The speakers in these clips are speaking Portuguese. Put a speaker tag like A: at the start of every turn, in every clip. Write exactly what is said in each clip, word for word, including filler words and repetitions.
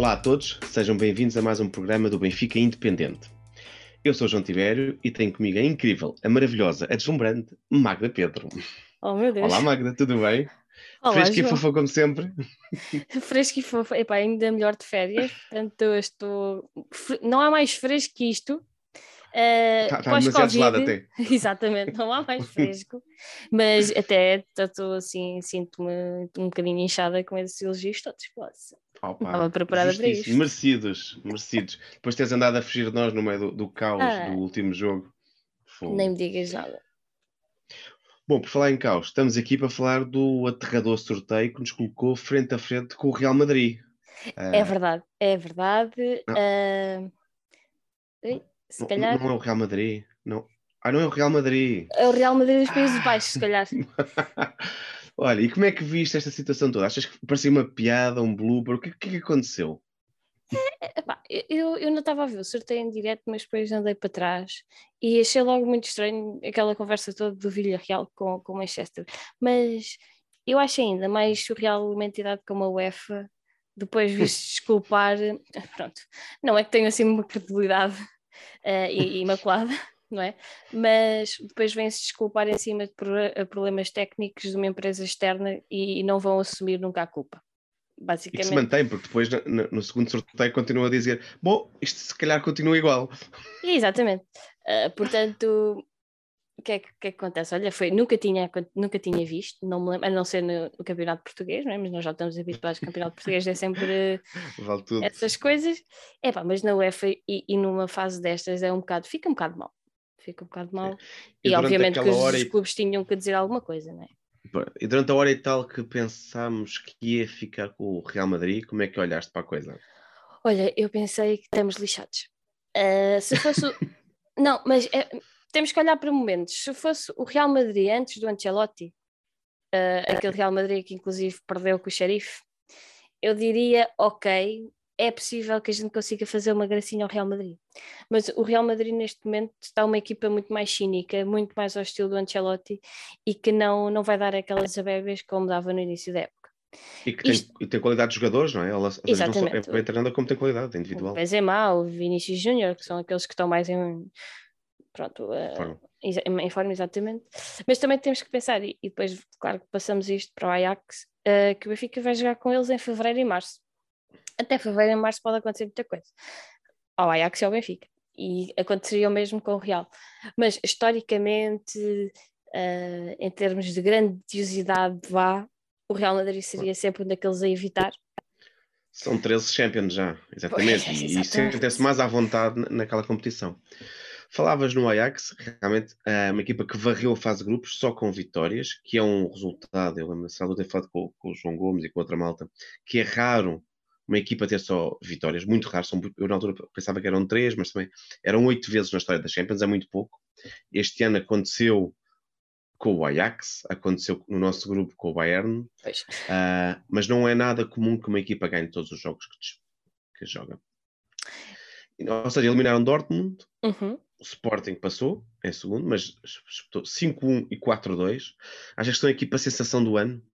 A: Olá a todos, sejam bem-vindos a mais um programa do Benfica Independente. Eu sou João Tibério e tenho comigo a incrível, a maravilhosa, a deslumbrante Magda Pedro.
B: Oh, meu Deus.
A: Olá Magda, tudo bem?
B: Olá,
A: Fresca e
B: João.
A: fofa como sempre?
B: Fresco e fofo. Epá, ainda melhor de férias, portanto eu estou... fre- Não há mais fresco que isto.
A: Está
B: Uh,
A: tá demasiado gelado
B: pós-Covid,
A: até.
B: exatamente, não há mais fresco. Mas até estou assim, sinto-me um bocadinho inchada com esses elogios todos. Poxa, não
A: Opa,
B: estava preparada para
A: justíssimo,
B: isto.
A: merecidos, merecidos. Depois de teres andado a fugir de nós no meio do, do caos do
B: Ah,
A: último jogo.
B: nem
A: Fogo.
B: me digas nada.
A: Bom, por falar em caos, estamos aqui para falar do aterrador sorteio que nos colocou frente a frente com o Real Madrid.
B: É
A: Ah,
B: verdade, é verdade.
A: não,
B: Ah, ei, se
A: não,
B: calhar
A: não é o Real Madrid. Não. Ah, não é o Real Madrid.
B: é o Real Madrid dos Países
A: Ah!
B: Baixos, se calhar.
A: Olha, e como é que viste esta situação toda? Achas que parecia uma piada, um blooper? O que, o que é que aconteceu?
B: Epá, eu, eu não estava a ver o sorteio em direto, mas depois andei para trás e achei logo muito estranho aquela conversa toda do Villarreal com, com o Manchester. Mas eu acho ainda mais surreal uma entidade como a UEFA depois vir-se desculpar. Pronto, não é que tenha assim uma credibilidade uh, e, imaculada, não é? Mas depois vêm-se desculpar em cima de problemas técnicos de uma empresa externa e, e não vão assumir nunca a culpa.
A: E que se
B: Basicamente.
A: mantém, porque depois no, no segundo sorteio continua a dizer: bom, isto se calhar continua igual.
B: Exatamente. Uh, portanto, o que, é que, que é que acontece? Olha, foi, nunca tinha, nunca tinha visto, não me lembro, a não ser no, no Campeonato Português, não é? Mas nós já estamos habituados ao Campeonato Português, é sempre
A: Vale tudo.
B: essas coisas. É pá, mas na UEFA e, e numa fase destas é um bocado, fica um bocado mal. Fica um bocado
A: Sim.
B: mal.
A: E
B: E
A: durante
B: obviamente que
A: aquela
B: os,
A: hora
B: os
A: e,
B: clubes tinham que dizer alguma coisa, não é?
A: e durante a hora e tal que pensámos que ia ficar com o Real Madrid, como é que olhaste para a coisa?
B: Olha, eu pensei que estamos lixados. Uh, se fosse. o- Não, mas é- temos que olhar para momentos. Se fosse o Real Madrid antes do Ancelotti, uh, aquele Real Madrid que inclusive perdeu com o Xerife, eu diria, ok, é possível que a gente consiga fazer uma gracinha ao Real Madrid. Mas o Real Madrid neste momento está uma equipa muito mais cínica, muito mais ao estilo do Ancelotti e que não, não vai dar aquelas abébias como dava no início da época.
A: E que tem,
B: Isto,
A: e tem qualidade de jogadores, não é? Ela, ou seja, não só é
B: exatamente,
A: bem
B: o,
A: treinada como tem qualidade
B: o
A: individual.
B: Benzema, o Vinícius Júnior, que são aqueles que estão mais em, pronto, uh,
A: Forma.
B: em forma exatamente, mas também temos que pensar, e, e depois, claro que passamos isto para o Ajax, uh, que o Benfica vai jogar com eles em fevereiro e março. Até fevereiro e março pode acontecer muita coisa, ao Ajax e ao Benfica, e aconteceria o mesmo com o Real. Mas, historicamente, uh, em termos de grandiosidade, vá, o Real Madrid seria sempre um daqueles a evitar.
A: São treze Champions já,
B: Pois,
A: exatamente, e, e sentem-se
B: exatamente.
A: mais à vontade naquela competição. Falavas no Ajax, realmente é uma equipa que varreu a fase de grupos só com vitórias, que é um resultado, eu lembro-me de ter falado com, com o João Gomes e com outra malta, que é raro uma equipa ter só vitórias, muito raro, são, eu na altura pensava que eram três, mas também eram oito vezes na história da Champions, é muito pouco. Este ano aconteceu com o Ajax, aconteceu no nosso grupo com o Bayern,
B: Pois.
A: uh, mas não é nada comum que uma equipa ganhe todos os jogos que, que joga. Ou seja, eliminaram Dortmund,
B: Uhum.
A: o Sporting passou em segundo, mas disputou cinco um e quatro dois. Achas que estão aqui para a sensação do ano?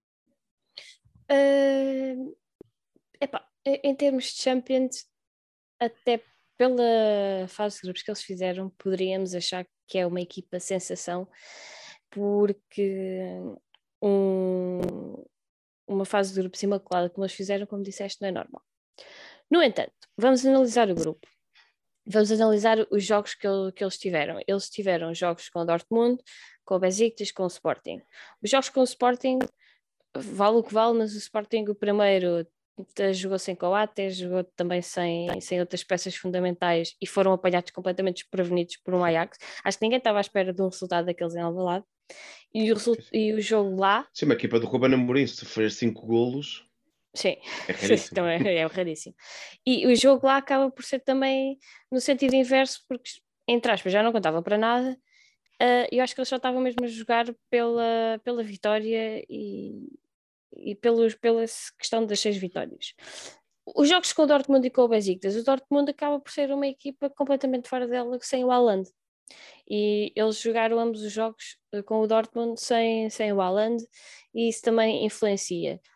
B: Uh, epá, em termos de Champions, até pela fase de grupos que eles fizeram, poderíamos achar que é uma equipa sensação, porque um, uma fase de grupos imaculada como eles fizeram, como disseste, não é normal. No entanto, vamos analisar o grupo. Vamos analisar os jogos que, que eles tiveram. Eles tiveram jogos com o Dortmund, com o Besiktas, com o Sporting. Os jogos com o Sporting, vale o que vale, mas o Sporting, o primeiro, jogou sem Coates, jogou também sem, sem outras peças fundamentais e foram apanhados completamente desprevenidos por um Ajax. Acho que ninguém estava à espera de um resultado daqueles em Alvalade. E o, e o jogo lá...
A: Sim, uma equipa do Ruben Amorim, se sofrer cinco golos,
B: Sim,
A: é raríssimo.
B: então é, é raríssimo. E o jogo lá acaba por ser também no sentido inverso, porque, entre aspas, já não contava para nada. Uh, eu acho que eles só estavam mesmo a jogar pela, pela vitória e, e pelos, pela questão das seis vitórias. Os jogos com o Dortmund e com o Besiktas, o Dortmund acaba por ser uma equipa completamente fora dela, sem o Haaland. E eles jogaram ambos os jogos com o Dortmund sem, sem o Haaland e isso também influencia.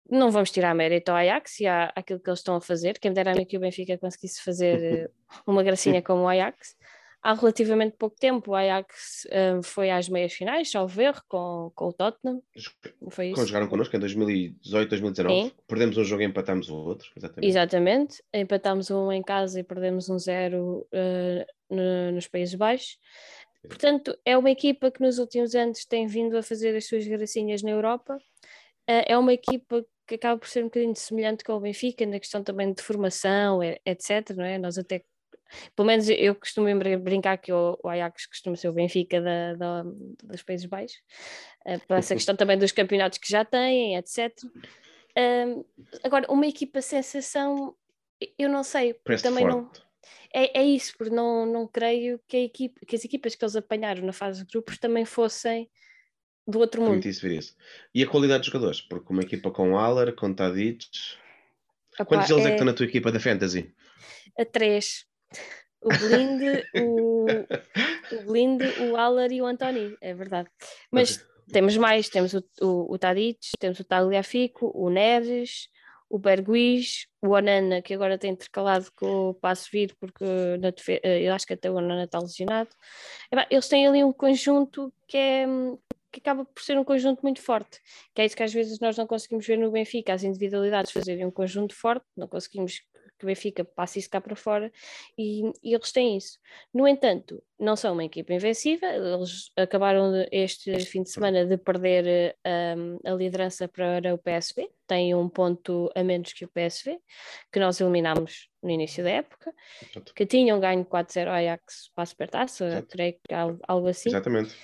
B: não vamos tirar mérito ao Ajax e à, àquilo que eles estão a fazer. Quem me dera a mim que o Benfica conseguisse fazer uma gracinha como o Ajax. Há relativamente pouco tempo o Ajax uh, foi às meias finais, salvo erro, com, com o Tottenham. Não foi isso?
A: Jogaram connosco em dois mil e dezoito, dois mil e dezanove. Sim. Perdemos um jogo e empatámos o outro. Exatamente.
B: Exatamente. Empatámos um em casa e perdemos um zero uh, no, nos Países Baixos. Portanto, é uma equipa que nos últimos anos tem vindo a fazer as suas gracinhas na Europa. Uh, é uma equipa que acaba por ser um bocadinho semelhante com o Benfica, na questão também de formação, etcétera. Não é? Nós até, pelo menos eu costumo brincar que o, o Ajax costuma ser o Benfica da, da, dos Países Baixos, uh, por essa questão também dos campeonatos que já têm, etcétera. Um, agora, uma equipa sensação, eu não sei, também
A: forte.
B: não... É, é isso, porque não, não creio que, a equipa, que as equipas que eles apanharam na fase de grupos também fossem do outro mundo.
A: Permitisse ver isso. E a qualidade dos jogadores? Porque uma equipa com Haller, com Tadic...
B: Opa,
A: Quantos deles é... é que
B: é...
A: estão na tua equipa da Fantasy?
B: A três. O Blind, o, o Blind, o Haller e o Antony, é verdade. Mas okay. Temos mais, temos o, o, o Tadic, temos o Tagliafico, o Neres, o Berguiz, o Onana, que agora tem intercalado com o Passo Vir, porque na defe... eu acho que até o Onana está lesionado. Eles têm ali um conjunto que é... que acaba por ser um conjunto muito forte, que é isso que às vezes nós não conseguimos ver no Benfica, as individualidades fazerem um conjunto forte, não conseguimos que o Benfica passe isso cá para fora, e, e eles têm isso. No entanto, não são uma equipa invencível, eles acabaram este fim de semana de perder um, a liderança para o P S V, têm um ponto a menos que o P S V, que nós eliminámos no início da época, Exato. Que tinham ganho quatro a zero ao Ajax para a Supertaça, creio que algo assim.
A: Exatamente.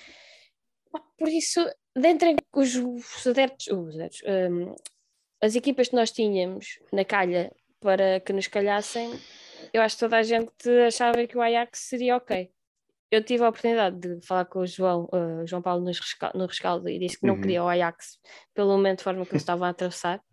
B: Por isso, dentre os, os adeptos, os adeptos um, as equipas que nós tínhamos na calha para que nos calhassem, eu acho que toda a gente achava que o Ajax seria ok. Eu tive a oportunidade de falar com o João, uh, João Paulo no rescaldo, no rescaldo e disse que não uhum. queria o Ajax pelo momento de forma que eles estavam a atravessar.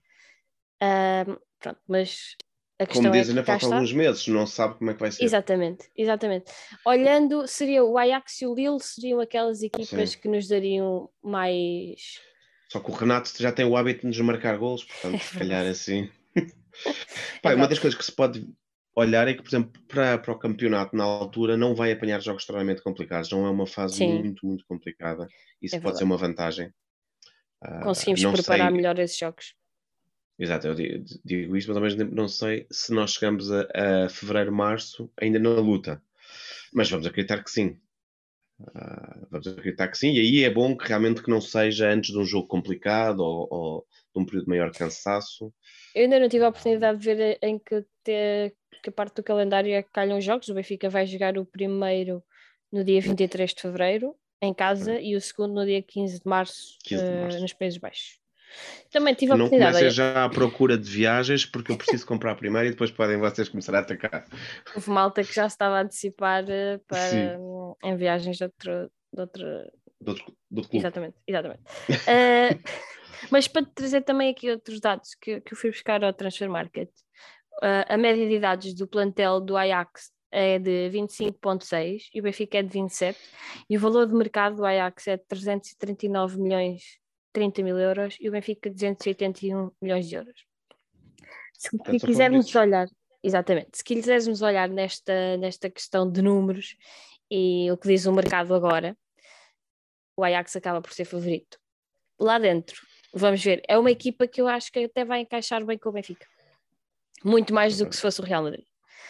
B: Uh, pronto, mas a questão
A: como dizem,
B: é que
A: ainda faltam alguns meses, não se sabe como é que vai ser.
B: Exatamente, exatamente. Olhando, seria o Ajax e o Lille seriam aquelas equipas Sim. que nos dariam mais...
A: Só que o Renato já tem o hábito de nos marcar golos, portanto, é se calhar assim... Pai,
B: é
A: uma das coisas que se pode olhar é que, por exemplo, para, para o campeonato, na altura, não vai apanhar jogos extremamente complicados. Não é uma fase Sim. muito, muito complicada. Isso é pode verdade. ser uma vantagem.
B: Conseguimos
A: uh,
B: preparar
A: sei...
B: melhor esses jogos.
A: Exato, eu digo, digo isto, mas ao mesmo tempo não sei se nós chegamos a, a fevereiro, março, ainda na luta. Mas vamos acreditar que sim. Uh, vamos acreditar que sim. E aí é bom que realmente que não seja antes de um jogo complicado ou, ou de um período de maior cansaço.
B: Eu ainda não tive a oportunidade de ver em que, te, que parte do calendário é que calham jogos. O Benfica vai jogar o primeiro no dia vinte e três de fevereiro, em casa, hum. e o segundo no dia quinze de março,
A: quinze de março.
B: Uh, nos Países Baixos. Também tive
A: que
B: a
A: não
B: oportunidade.
A: comecem já à procura de viagens, porque eu preciso comprar primeiro e depois podem vocês começar a atacar.
B: Houve malta que já estava a antecipar uh, para, um, em viagens de outro... De outro...
A: De outro, de outro clube.
B: Exatamente, exatamente. uh, mas para te trazer também aqui outros dados que, que eu fui buscar ao Transfer Market, uh, a média de idades do plantel do Ajax é de vinte e cinco vírgula seis e o Benfica é de vinte e sete, e o valor de mercado do Ajax é de trezentos e trinta e nove milhões, trinta mil euros, e o Benfica duzentos e oitenta e um milhões de euros. Se Portanto, quisermos olhar, exatamente, se quisermos olhar nesta, nesta questão de números e o que diz o mercado agora, o Ajax acaba por ser favorito. Lá dentro, vamos ver, é uma equipa que eu acho que até vai encaixar bem com o Benfica. Muito mais do que se fosse o Real Madrid.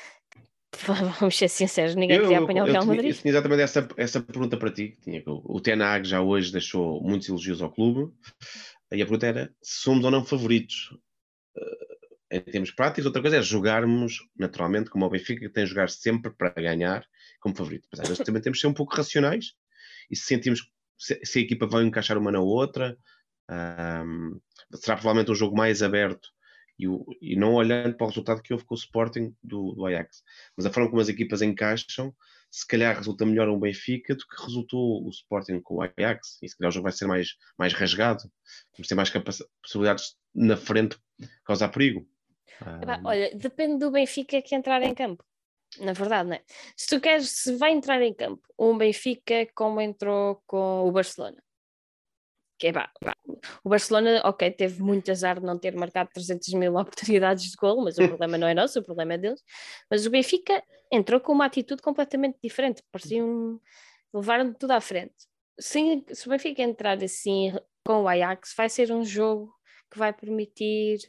B: Vamos ser sinceros, ninguém eu, queria apanhar eu, o Real
A: eu, eu
B: Madrid.
A: Eu tinha exatamente essa, essa pergunta para ti. Tinha, o Ten Hag já hoje deixou muitos elogios ao clube, e a pergunta era se somos ou não favoritos. Uh, em termos práticos, outra coisa é jogarmos naturalmente como o Benfica, que tem de jogar sempre para ganhar como favorito. Mas às vezes também temos de ser um pouco racionais, e se sentimos se, se a equipa vai encaixar uma na outra, um, será provavelmente um jogo mais aberto. E, o, e não olhando para o resultado que houve com o Sporting do, do Ajax, mas a forma como as equipas encaixam, se calhar resulta melhor um Benfica do que resultou o Sporting com o Ajax, e se calhar o jogo vai ser mais, mais rasgado, vamos ter mais possibilidades na frente de causar perigo.
B: Epá, um... Olha, depende do Benfica que entrar em campo, na verdade, não é? Se tu queres, se vai entrar em campo um Benfica como entrou com o Barcelona, que é, bah, bah, o Barcelona, ok, teve muito azar de não ter marcado trezentas mil oportunidades de golo, mas o problema não é nosso, o problema é deles. Mas o Benfica entrou com uma atitude completamente diferente, pareciam levaram tudo à frente. Sim, se o Benfica entrar assim com o Ajax, vai ser um jogo que vai permitir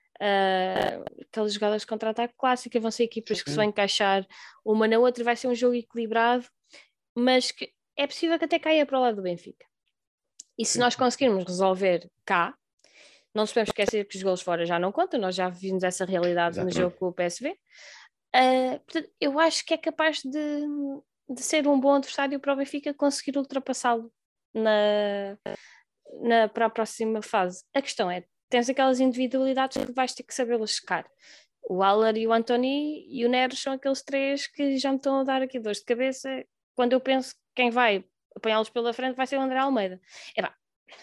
B: uh, aquelas jogadas de contra-ataque clássicas, vão ser equipas que se vão encaixar uma na outra, vai ser um jogo equilibrado, mas que é possível que até caia para o lado do Benfica. E se nós conseguirmos resolver cá, não nos podemos esquecer que os golos fora já não contam, nós já vimos essa realidade Exatamente. No jogo com o P S V. Uh, portanto, eu acho que é capaz de, de ser um bom adversário para o Benfica conseguir ultrapassá-lo na, na, para a próxima fase. A questão é, tens aquelas individualidades que vais ter que sabê-las secar. O Haller e o Antony e o Neres são aqueles três que já me estão a dar aqui dores de cabeça. Quando eu penso que quem vai apanhá-los pela frente vai ser o André Almeida. É pá,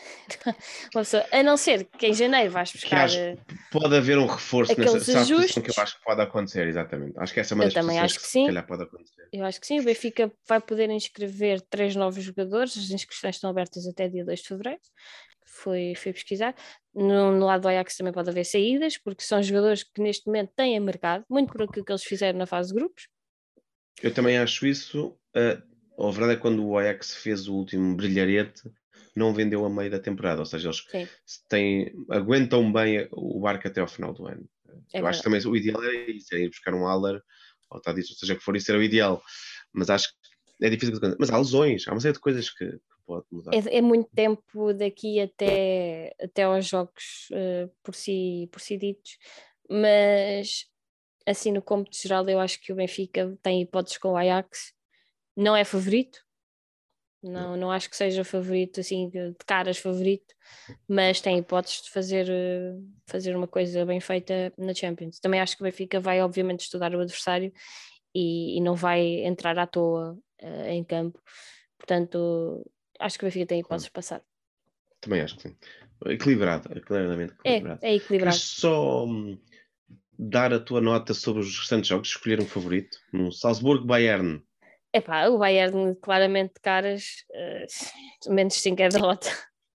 B: pessoa, a não ser que em janeiro vais buscar
A: acho, pode haver um reforço nessa posição que eu acho que pode acontecer, exatamente. Acho que essa é uma das posições que, que se calhar pode acontecer.
B: Eu acho que sim, o Benfica vai poder inscrever três novos jogadores, as inscrições estão abertas até dia dois de fevereiro, fui, fui pesquisar. No, no lado do Ajax também pode haver saídas, porque são jogadores que neste momento têm mercado, muito por aquilo que eles fizeram na fase de grupos.
A: Eu também acho isso. Uh, a verdade é que quando o Ajax fez o último brilharete, não vendeu a meio da temporada, ou seja, eles têm, aguentam bem o barco até ao final do ano. É eu verdade. Acho que também o ideal é isso, é ir buscar um Haller, ou está disso, ou seja, que for isso era o ideal, mas acho que é difícil. Mas há lesões, há uma série de coisas que, que pode mudar.
B: É, é muito tempo daqui até, até aos jogos uh, por, si, por si ditos, mas assim no cômputo geral eu acho que o Benfica tem hipóteses com o Ajax, não é favorito. Não, não acho que seja favorito, assim, de caras favorito, mas tem hipóteses de fazer, fazer uma coisa bem feita na Champions. Também acho que o Benfica vai, obviamente, estudar o adversário e, e não vai entrar à toa uh, em campo. Portanto, acho que o Benfica tem hipóteses de passar.
A: Também acho que sim. Equilibrado, claramente equilibrado.
B: É, é equilibrado.
A: Queres só um, dar a tua nota sobre os restantes jogos, escolher um favorito? No Salzburgo-Bayern.
B: Epá, o Bayern claramente de caras, uh, menos cinco é derrota.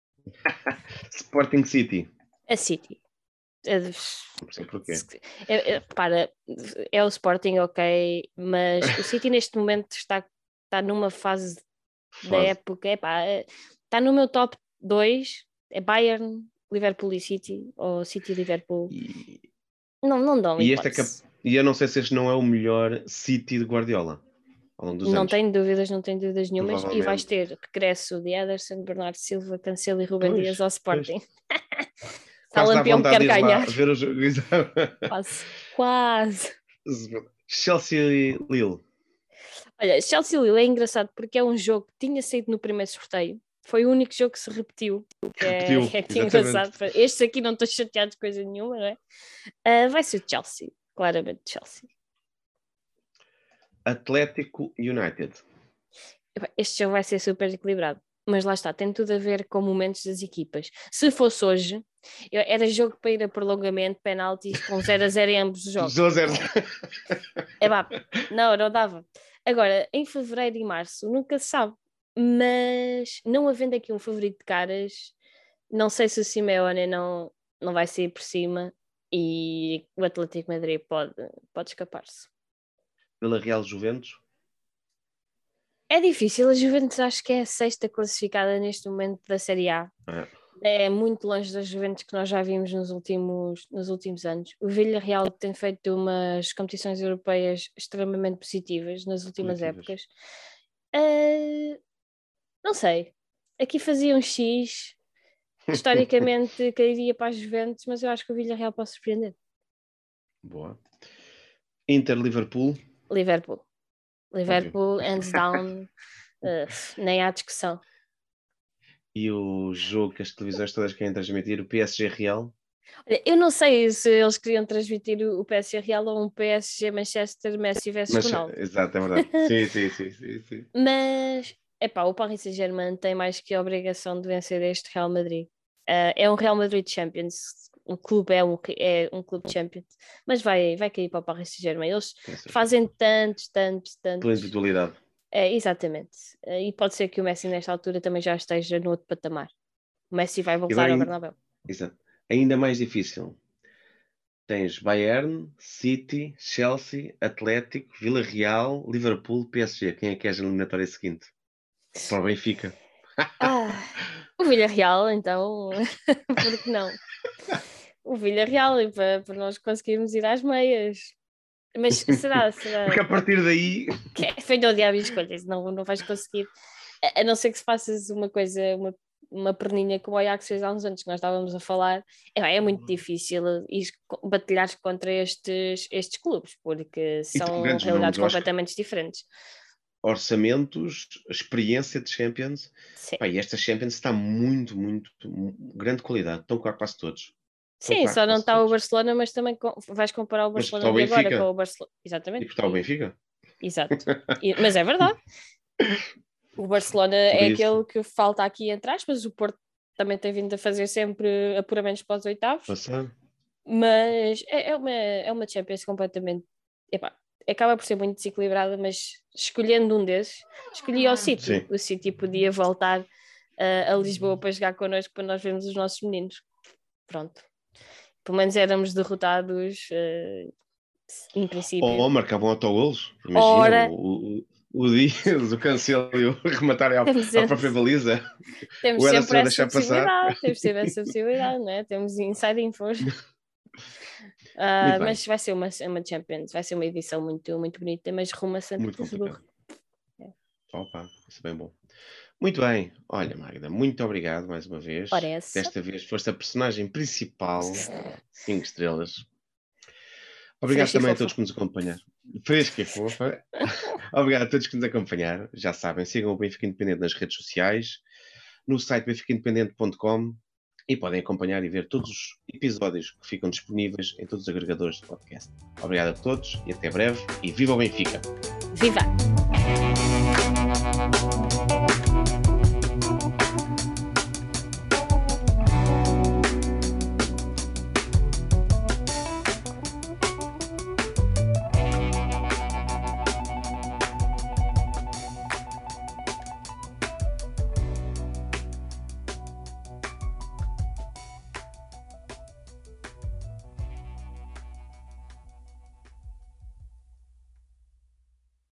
A: Sporting City.
B: A City. É,
A: não sei porquê.
B: É, é, para, é o Sporting, ok, mas o City neste momento está, está numa fase, fase. da época, epá, está no meu top dois, é Bayern, Liverpool e City, ou City e Liverpool. E... Não, não dão
A: e, este é cap... e eu não sei se este não é o melhor City de Guardiola. Ao longo dos
B: não
A: anos.
B: tenho dúvidas, não tenho dúvidas nenhumas. E vais ter regresso de Ederson, Bernardo Silva, Cancelo e Rubem pois, Dias ao Sporting. Está lampião que quer ganhar.
A: Ver o jogo.
B: Quase. Quase.
A: Chelsea e Lille.
B: Olha, Chelsea e Lille é engraçado porque é um jogo que tinha saído no primeiro sorteio. Foi o único jogo que se repetiu. Que repetiu, é, é que engraçado. Estes aqui não estou chateado de coisa nenhuma, não é? Uh, vai ser o Chelsea. Claramente Chelsea.
A: Atlético United.
B: Este jogo vai ser super equilibrado, mas lá está, tem tudo a ver com momentos das equipas. Se fosse hoje, eu, era jogo para ir a prolongamento, penaltis, com zero a zero em ambos os jogos.
A: zero a zero.
B: É pá, não, não dava. Agora, em fevereiro e março, nunca se sabe, mas não havendo aqui um favorito de caras, não sei se o Simeone não, não vai sair por cima e o Atlético Madrid pode, pode escapar-se.
A: Pela Real Juventus?
B: É difícil, a Juventus acho que é a sexta classificada neste momento da Série A. É, é muito longe das Juventus que nós já vimos nos últimos, nos últimos anos. O Villarreal tem feito umas competições europeias extremamente positivas nas últimas positivas. épocas. Uh, não sei, aqui fazia um X, historicamente cairia para as Juventus, mas eu acho que o Villarreal pode surpreender.
A: Boa. Inter-Liverpool?
B: Liverpool. Liverpool, hands down, uh, nem há discussão.
A: E o jogo que as televisões todas querem transmitir, o P S G Real?
B: Olha, eu não sei se eles queriam transmitir o P S G Real ou um P S G Manchester Messi versus Mas, Ronaldo.
A: Exato, é verdade. sim, sim, sim, sim, sim.
B: Mas, epá, o Paris Saint-Germain tem mais que a obrigação de vencer este Real Madrid. Uh, é um Real Madrid Champions. Um clube é um, é um clube Champions, mas vai, vai cair para o Paris Saint-Germain. Eles fazem tantos, tantos, tantos.
A: Pela individualidade.
B: É, exatamente. E pode ser que o Messi nesta altura também já esteja no outro patamar. O Messi vai
A: E
B: voltar
A: agora,
B: ao
A: ainda,
B: Bernabéu.
A: exato, ainda mais difícil. Tens Bayern, City, Chelsea, Atlético, Villarreal, Liverpool, P S G. Quem é que és na eliminatória seguinte? Para o Benfica.
B: Ah, o Villarreal, então, por que não? O Villarreal, e para, para nós conseguirmos ir às meias. Mas será, será
A: Porque a partir daí.
B: que é feito ao diabo e escolhas, não, não vais conseguir. A, a não ser que se faças uma coisa, uma, uma perninha como o Ajax fez há uns anos que nós estávamos a falar, é, é muito difícil ir batalhar contra estes, estes clubes, porque
A: E tem
B: são
A: grandes nomes,
B: realidades
A: eu acho que
B: completamente diferentes.
A: orçamentos, experiência de Champions.
B: Sim.
A: Pá, e esta Champions está muito, muito, muito grande qualidade. Estão cá quase todos. Estão
B: Sim,
A: cá
B: só não
A: quase
B: está o
A: todos.
B: Barcelona, mas também com, vais comparar o
A: Mas está
B: Barcelona
A: o
B: de agora com
A: Benfica.
B: o Barcelona.
A: E
B: Exatamente.
A: está o Benfica.
B: Exato. E, mas é verdade. O Barcelona
A: Por
B: é
A: isso.
B: aquele que falta aqui entre aspas, o Porto também tem vindo a fazer sempre apuramentos para os oitavos,
A: Passar.
B: mas é, é, uma, é uma Champions completamente, epá, acaba por ser muito desequilibrada, mas escolhendo um desses, escolhi ao City.
A: Sim.
B: O City podia voltar uh, a Lisboa para jogar connosco para nós vermos os nossos meninos. Pronto. Pelo menos éramos derrotados uh, em princípio.
A: Ou marcavam autogolos. Imagina
B: Ora,
A: o, o, o Dias, o Cancelo e o rematar à,
B: temos,
A: à própria baliza.
B: temos
A: O
B: sempre
A: Ederson a
B: essa
A: deixar passar.
B: possibilidade, temos sempre essa possibilidade, não é? Temos inside infos.
A: Muito
B: Uh,
A: bem.
B: mas vai ser uma, uma Champions, vai ser uma edição muito, muito bonita, mas rumo a Santo
A: Muito
B: Petersburgo.
A: complicado. Opa, isso é bem bom. Muito bem. Olha, Magda, muito obrigado mais uma vez.
B: Parece.
A: Desta vez foste a personagem principal. Cinco estrelas. Obrigado
B: Fresca e
A: também a
B: fofa.
A: todos que nos acompanharam. Fresca e fofa. Obrigado a todos que nos acompanharam. Já sabem, sigam o Benfica Independente nas redes sociais, no site benfica independente ponto com e podem acompanhar e ver todos os episódios que ficam disponíveis em todos os agregadores de podcast. Obrigado a todos e até breve. E viva o Benfica!
B: Viva!